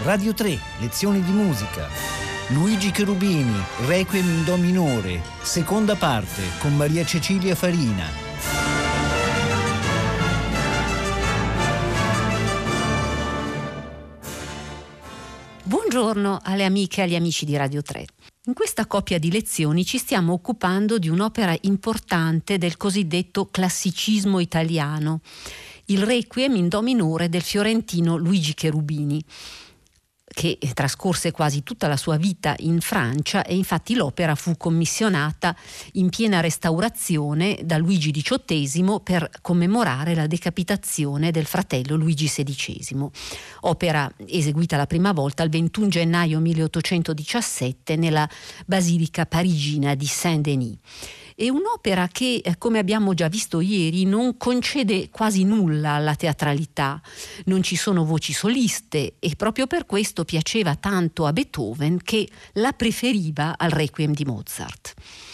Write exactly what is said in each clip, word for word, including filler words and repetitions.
Radio tre, lezioni di musica. Luigi Cherubini, Requiem in Do minore, seconda parte, con Maria Cecilia Farina. Buongiorno alle amiche e agli amici di Radio tre. In questa coppia di lezioni ci stiamo occupando di un'opera importante del cosiddetto classicismo italiano, il Requiem in Do minore del fiorentino Luigi Cherubini, che trascorse quasi tutta la sua vita in Francia, e infatti l'opera fu commissionata in piena restaurazione da Luigi diciottesimo per commemorare la decapitazione del fratello Luigi sedicesimo. Opera eseguita la prima volta il ventuno gennaio milleottocentodiciassette nella Basilica parigina di Saint-Denis. È un'opera che, come abbiamo già visto ieri, non concede quasi nulla alla teatralità, non ci sono voci soliste, e proprio per questo piaceva tanto a Beethoven, che la preferiva al Requiem di Mozart.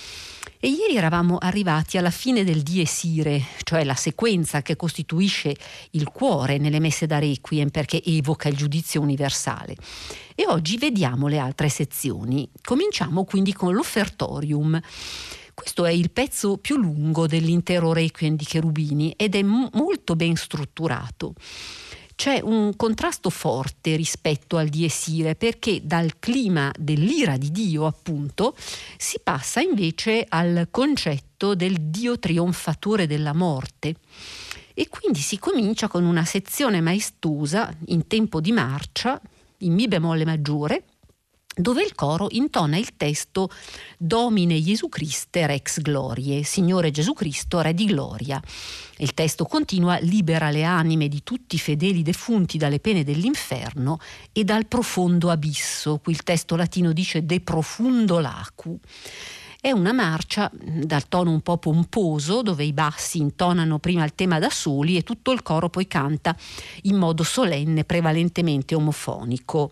E ieri eravamo arrivati alla fine del Dies Irae, cioè la sequenza che costituisce il cuore nelle messe da Requiem, perché evoca il giudizio universale. E oggi vediamo le altre sezioni. Cominciamo quindi con l'Offertorium. Questo è il pezzo più lungo dell'intero Requiem di Cherubini ed è m- molto ben strutturato. C'è un contrasto forte rispetto al Dies Irae, perché dal clima dell'ira di Dio, appunto, si passa invece al concetto del Dio trionfatore della morte. E quindi si comincia con una sezione maestosa in tempo di marcia, in Mi bemolle maggiore, dove il coro intona il testo Domine Gesù Christe Rex Gloriae, Signore Gesù Cristo, Re di gloria. Il testo continua: libera le anime di tutti i fedeli defunti dalle pene dell'inferno e dal profondo abisso. Qui il testo latino dice de profundo lacu. È una marcia dal tono un po' pomposo, dove i bassi intonano prima il tema da soli e tutto il coro poi canta in modo solenne, prevalentemente omofonico.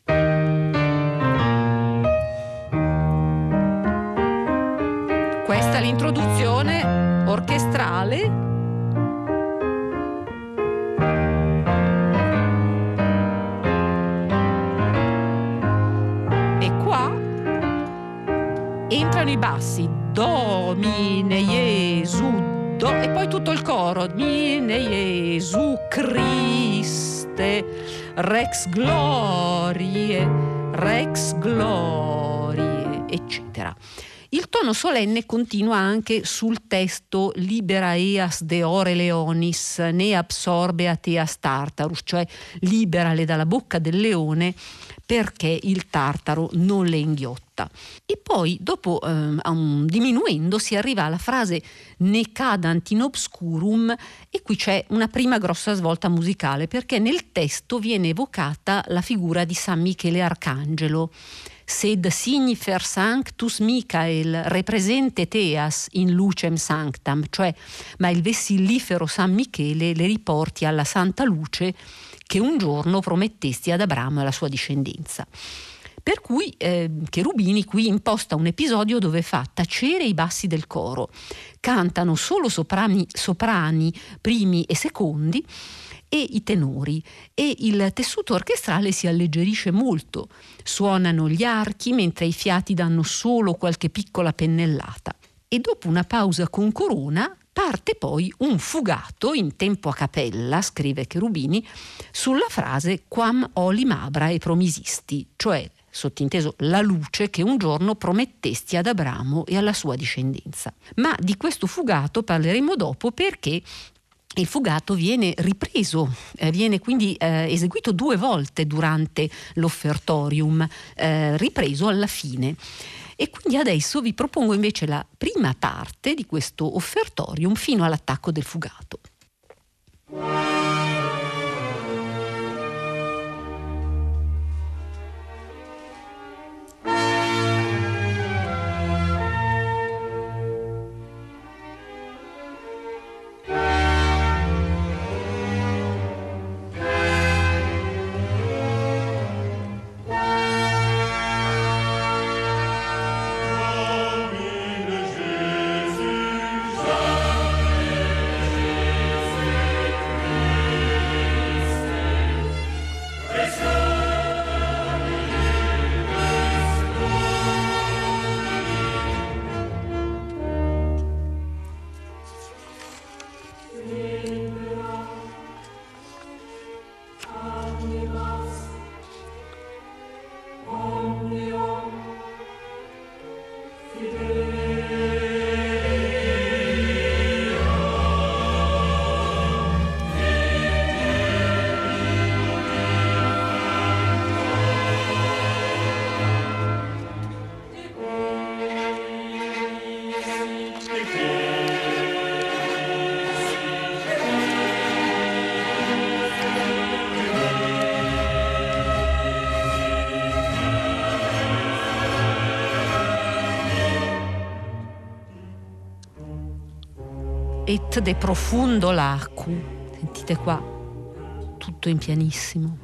Questa è l'introduzione orchestrale. E qua entrano i bassi. Domine Gesù, do, e poi tutto il coro. Domine Gesù Christe, Rex Gloriae, Rex Gloriae, eccetera. Il tono solenne continua anche sul testo Libera eas de ore leonis, ne absorbe a teas tartarus, cioè liberale dalla bocca del leone perché il tartaro non le inghiotta. E poi, dopo eh, un diminuendo, si arriva alla frase ne cadant in obscurum, e qui c'è una prima grossa svolta musicale, perché nel testo viene evocata la figura di San Michele Arcangelo. Sed signifer sanctus Michael represente teas in lucem sanctam, cioè ma il vessillifero San Michele le riporti alla santa luce che un giorno promettesti ad Abramo e alla sua discendenza. Per cui eh, Cherubini qui imposta un episodio dove fa tacere i bassi del coro, cantano solo soprani, soprani primi e secondi e i tenori, e il tessuto orchestrale si alleggerisce molto. Suonano gli archi mentre i fiati danno solo qualche piccola pennellata, e dopo una pausa con corona parte poi un fugato in tempo a cappella, scrive Cherubini, sulla frase quam olim abra e promisisti, cioè sottinteso la luce che un giorno promettesti ad Abramo e alla sua discendenza. Ma di questo fugato parleremo dopo, perché il fugato viene ripreso, eh, viene quindi eh, eseguito due volte durante l'Offertorium, eh, ripreso alla fine. E quindi adesso vi propongo invece la prima parte di questo Offertorium fino all'attacco del fugato. Jésus, et de profundo lacu. Sentite qua, tutto in pianissimo.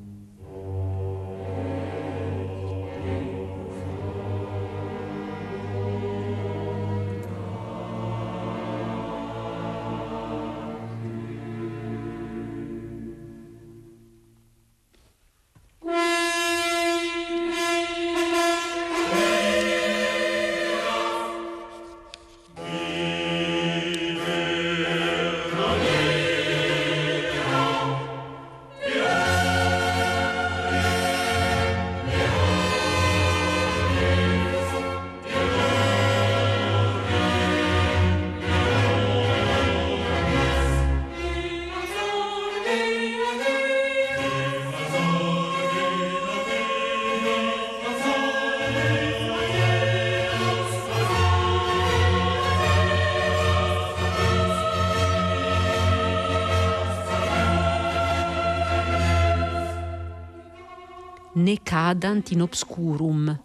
Ne cadant in obscurum.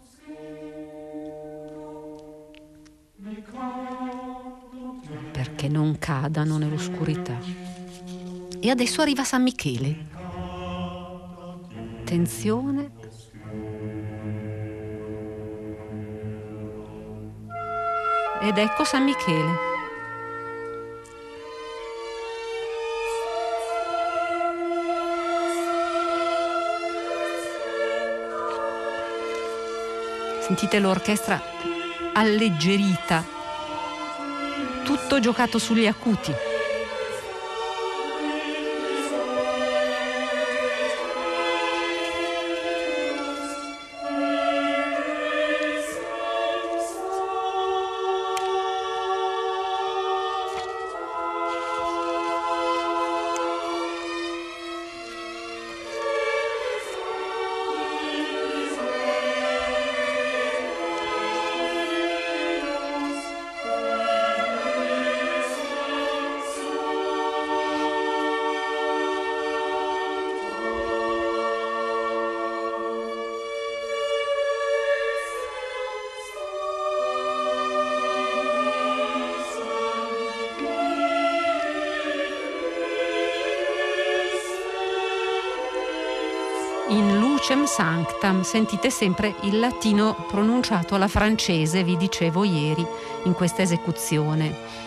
Perché non cadano nell'oscurità. E adesso arriva San Michele. Attenzione. Ed ecco San Michele. Sentite l'orchestra alleggerita, tutto giocato sugli acuti. In lucem sanctam, sentite sempre il latino pronunciato alla francese, vi dicevo ieri, in questa esecuzione.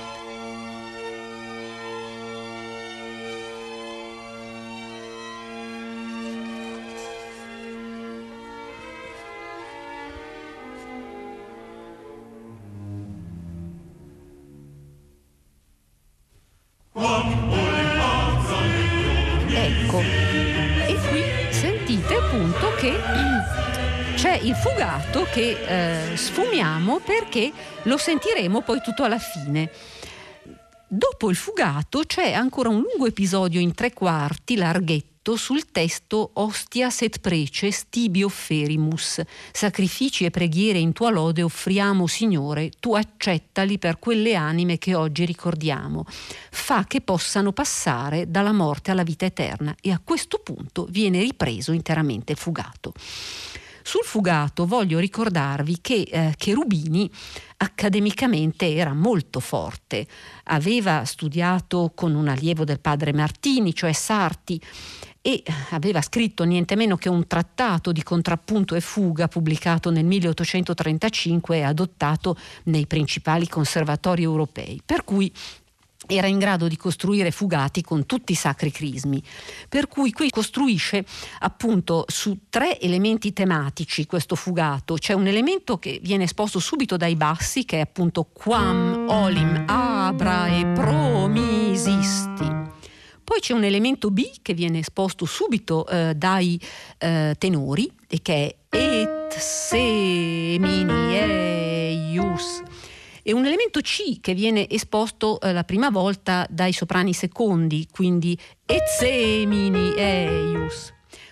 Ecco, e qui sentite appunto che c'è il fugato che eh, sfumiamo perché lo sentiremo poi tutto alla fine. Dopo il fugato c'è ancora un lungo episodio in tre quarti, larghetto, sul testo Ostias et preces tibi offerimus, sacrifici e preghiere in tua lode offriamo, Signore, tu accettali per quelle anime che oggi ricordiamo, fa che possano passare dalla morte alla vita eterna. E a questo punto viene ripreso interamente il fugato. Sul fugato voglio ricordarvi che eh, Cherubini accademicamente era molto forte, aveva studiato con un allievo del padre Martini, cioè Sarti, e aveva scritto niente meno che un trattato di contrappunto e fuga pubblicato nel milleottocentotrentacinque e adottato nei principali conservatori europei, per cui era in grado di costruire fugati con tutti i sacri crismi, per cui qui costruisce appunto su tre elementi tematici questo fugato. C'è un elemento che viene esposto subito dai bassi, che è appunto quam olim abra e promisisti. Poi c'è un elemento B che viene esposto subito eh, dai eh, tenori, e che è et semini eius. E un elemento C che viene esposto eh, la prima volta dai soprani secondi, quindi et semini eius.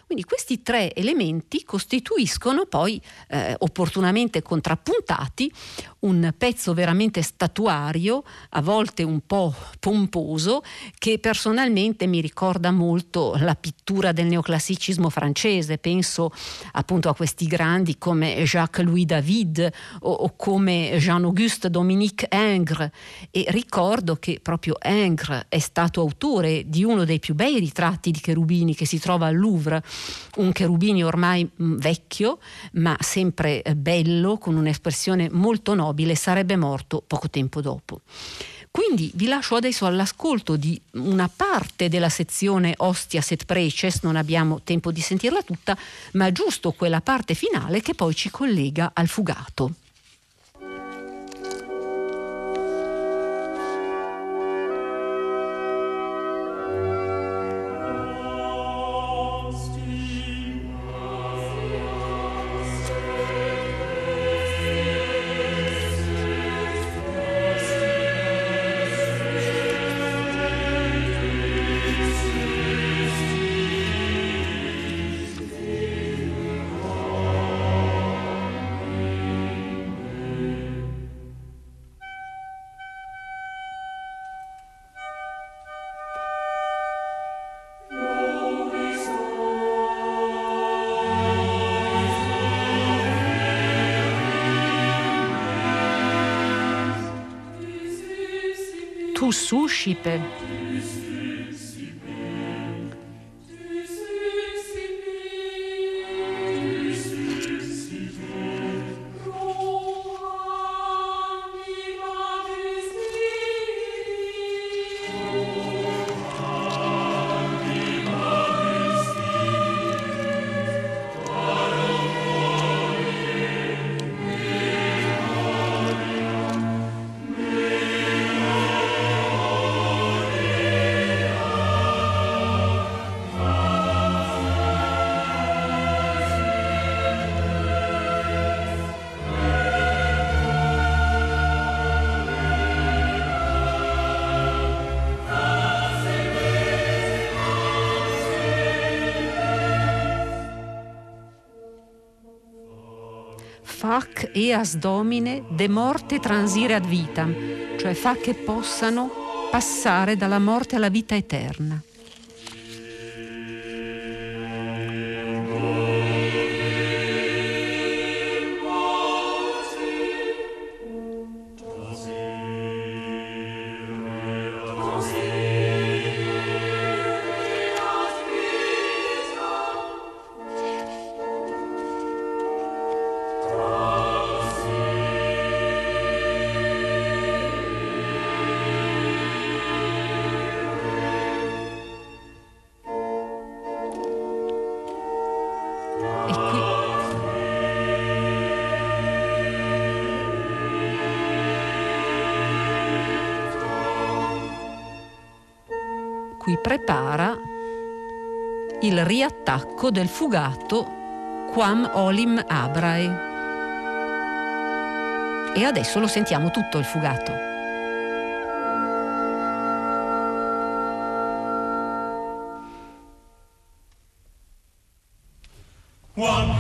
Quindi questi tre elementi costituiscono poi, eh, opportunamente contrappuntati, un pezzo veramente statuario, a volte un po' pomposo, che personalmente mi ricorda molto la pittura del neoclassicismo francese. Penso appunto a questi grandi come Jacques-Louis David o, o come Jean-Auguste Dominique Ingres, e ricordo che proprio Ingres è stato autore di uno dei più bei ritratti di cherubini che si trova al Louvre, un cherubini ormai vecchio ma sempre bello, con un'espressione molto nobile. Sarebbe morto poco tempo dopo. Quindi vi lascio adesso all'ascolto di una parte della sezione Hostias et Preces, non abbiamo tempo di sentirla tutta, ma giusto quella parte finale che poi ci collega al fugato. Tu suscipe. Fac eas domine de morte transire ad vitam, cioè fa che possano passare dalla morte alla vita eterna. Qui prepara il riattacco del fugato Quam olim abrae. E adesso lo sentiamo tutto il fugato. One.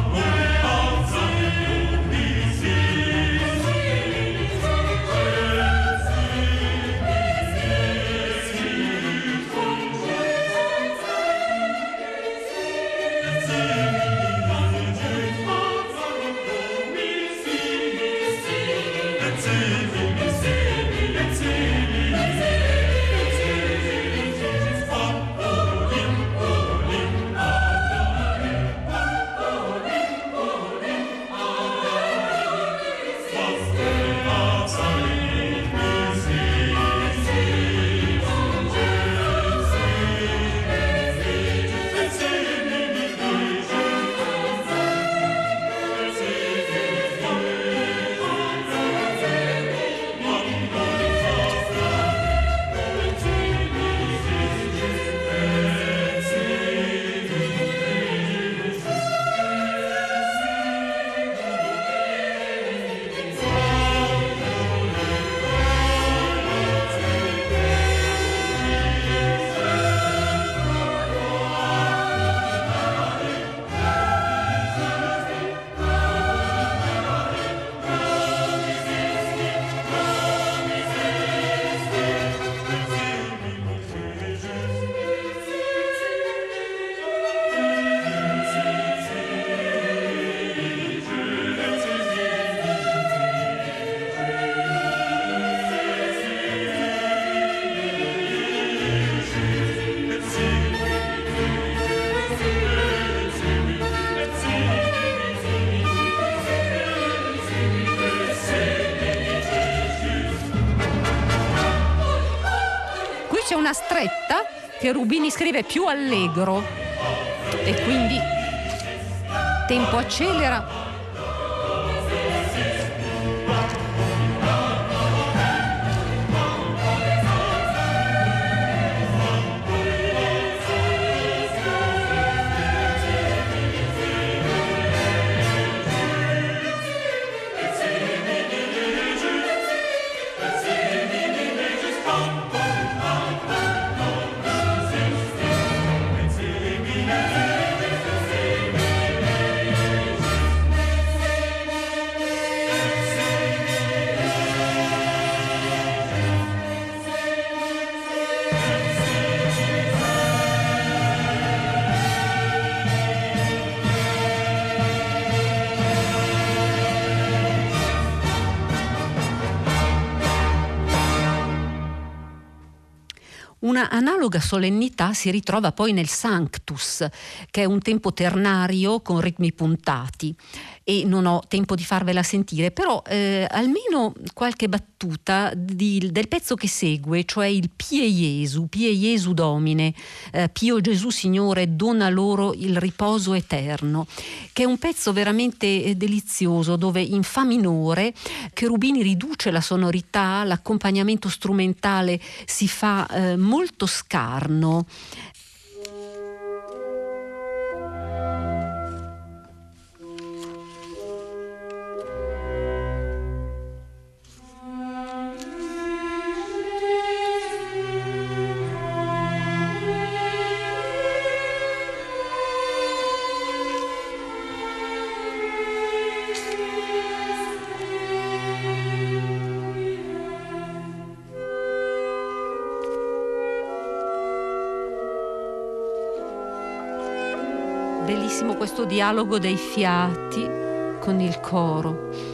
una stretta che Rubini scrive più allegro e quindi tempo accelera. Una analoga solennità si ritrova poi nel Sanctus, che è un tempo ternario con ritmi puntati, e non ho tempo di farvela sentire, però eh, almeno qualche battuta di, del pezzo che segue, cioè il Pie Jesu, Pie Jesu Domine, eh, Pio Gesù Signore dona loro il riposo eterno, che è un pezzo veramente eh, delizioso, dove in fa minore Cherubini riduce la sonorità, l'accompagnamento strumentale si fa eh, molto scarno. Bellissimo questo dialogo dei fiati con il coro.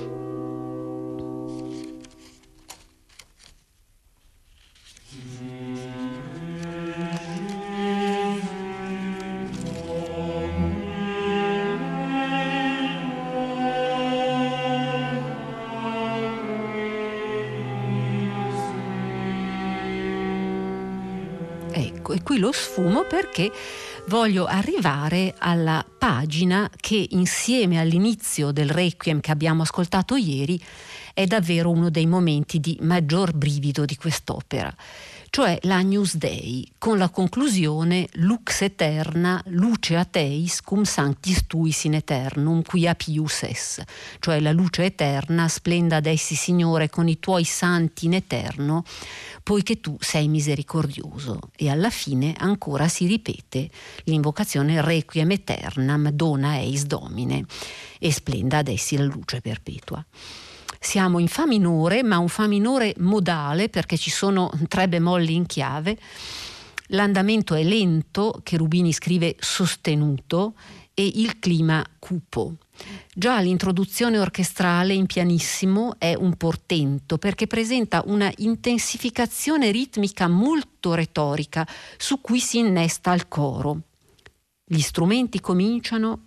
Ecco, e qui lo sfumo perché voglio arrivare alla pagina che, insieme all'inizio del Requiem che abbiamo ascoltato ieri, è davvero uno dei momenti di maggior brivido di quest'opera, cioè l'Agnus Dei, con la conclusione Lux Eterna, luce Teis cum sanctis tuis in eternum, quia pius es, cioè la luce eterna splenda ad essi, Signore, con i tuoi santi in eterno, poiché tu sei misericordioso. E alla fine ancora si ripete l'invocazione Requiem Eternam dona eis Domine, e splenda ad essi la luce perpetua. Siamo in fa minore, ma un fa minore modale, perché ci sono tre bemolli in chiave. L'andamento è lento, Cherubini scrive sostenuto, e il clima cupo. Già l'introduzione orchestrale in pianissimo è un portento, perché presenta una intensificazione ritmica molto retorica su cui si innesta il coro. Gli strumenti cominciano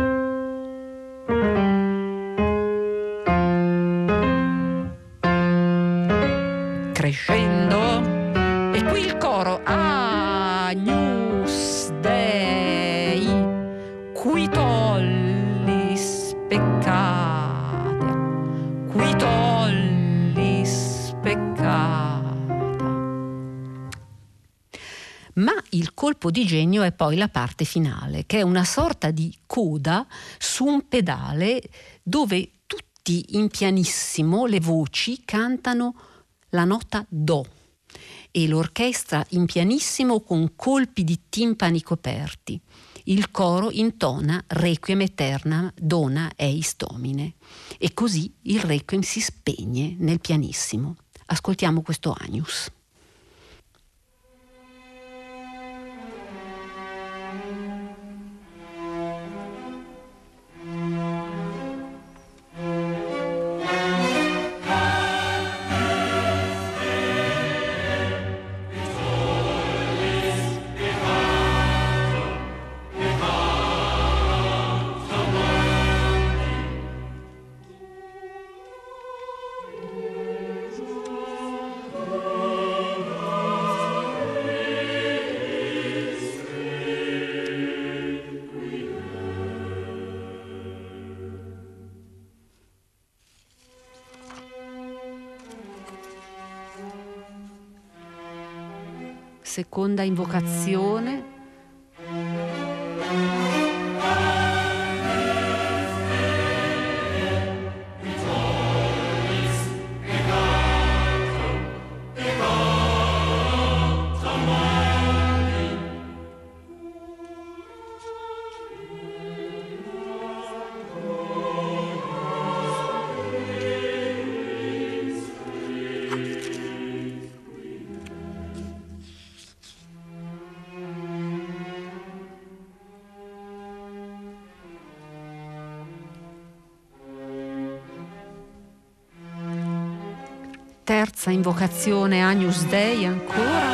crescendo, e qui il coro Agnus Dei qui tollis peccata, qui tollis peccata. Ma il colpo di genio è poi la parte finale, che è una sorta di coda su un pedale dove tutti in pianissimo le voci cantano la nota Do e l'orchestra in pianissimo con colpi di timpani coperti. Il coro intona Requiem Eternam dona eis Domine, e così il Requiem si spegne nel pianissimo. Ascoltiamo questo Agnus. Oh seconda invocazione. Terza invocazione, Agnus Dei ancora.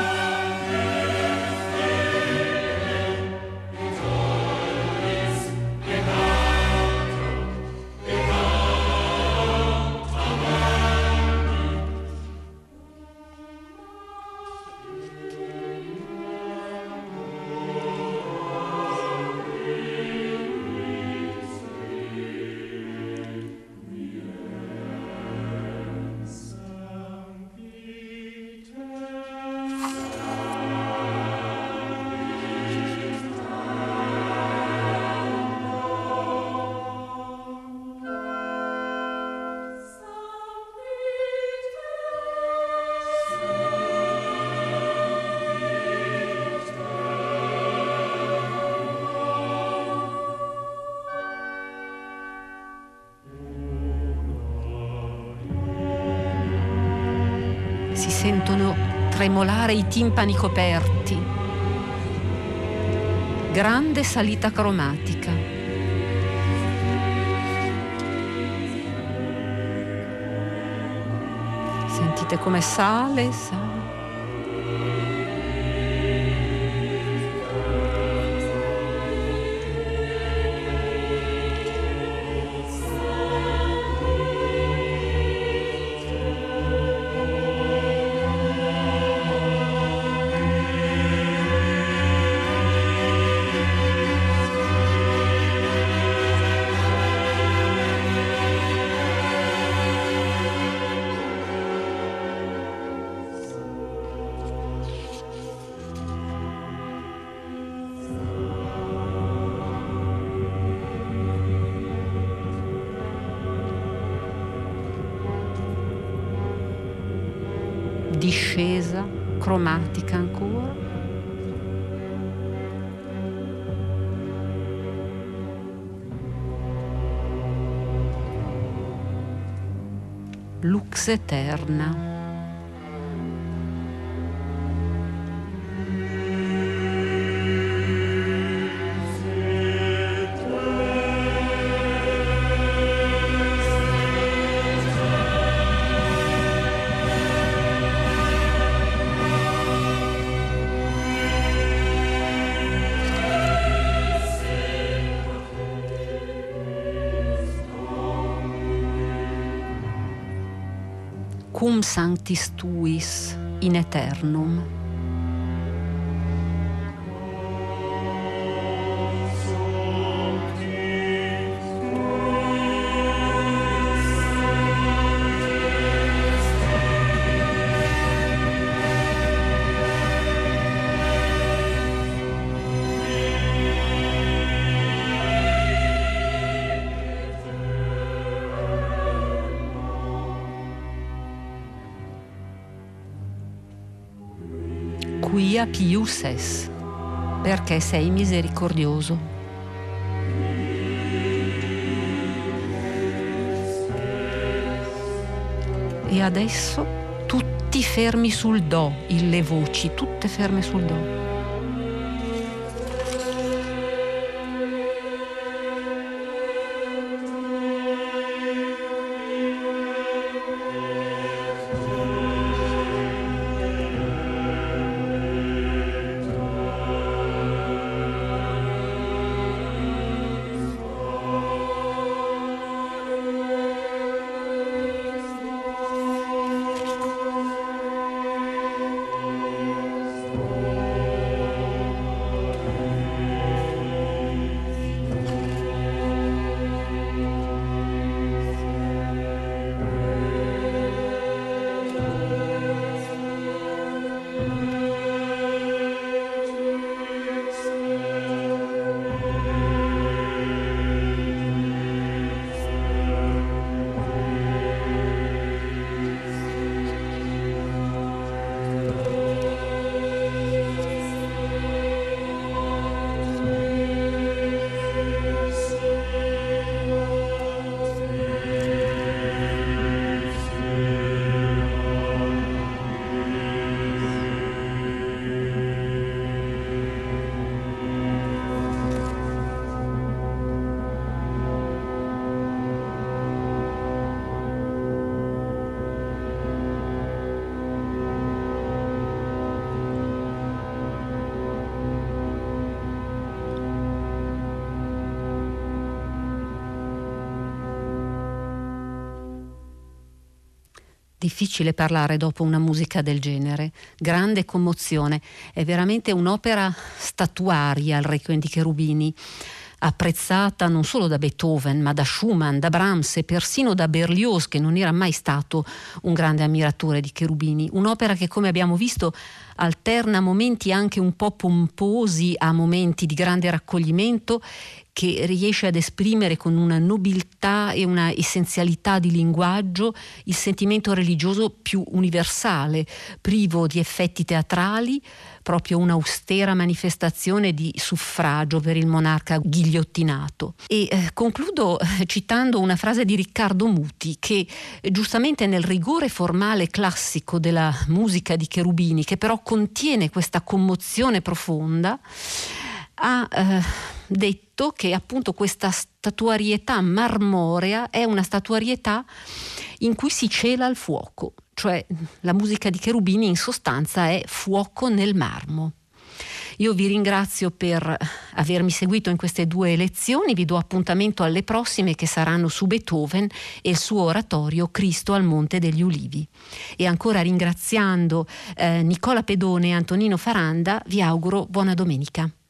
Si sentono tremolare i timpani coperti. Grande salita cromatica. Sentite come sale, sale. Discesa cromatica ancora. Lux eterna. Cum sanctis tuis in aeternum. Quia pius es, perché sei misericordioso. E adesso tutti fermi sul do, le voci, tutte ferme sul do. Difficile parlare dopo una musica del genere, grande commozione, è veramente un'opera statuaria il Requiem di Cherubini, apprezzata non solo da Beethoven ma da Schumann, da Brahms e persino da Berlioz, che non era mai stato un grande ammiratore di Cherubini. Un'opera che, come abbiamo visto, alterna momenti anche un po' pomposi a momenti di grande raccoglimento, che riesce ad esprimere con una nobiltà e una essenzialità di linguaggio il sentimento religioso più universale, privo di effetti teatrali, proprio un'austera manifestazione di suffragio per il monarca ghigliottinato. E eh, concludo eh, citando una frase di Riccardo Muti, che eh, giustamente nel rigore formale classico della musica di Cherubini, che però contiene questa commozione profonda, ha eh, detto che appunto questa statuarietà marmorea è una statuarietà in cui si cela il fuoco, cioè la musica di Cherubini in sostanza è fuoco nel marmo. Io vi ringrazio per avermi seguito in queste due lezioni, vi do appuntamento alle prossime, che saranno su Beethoven e il suo oratorio Cristo al Monte degli Ulivi. E ancora, ringraziando eh, Nicola Pedone e Antonino Faranda, vi auguro buona domenica.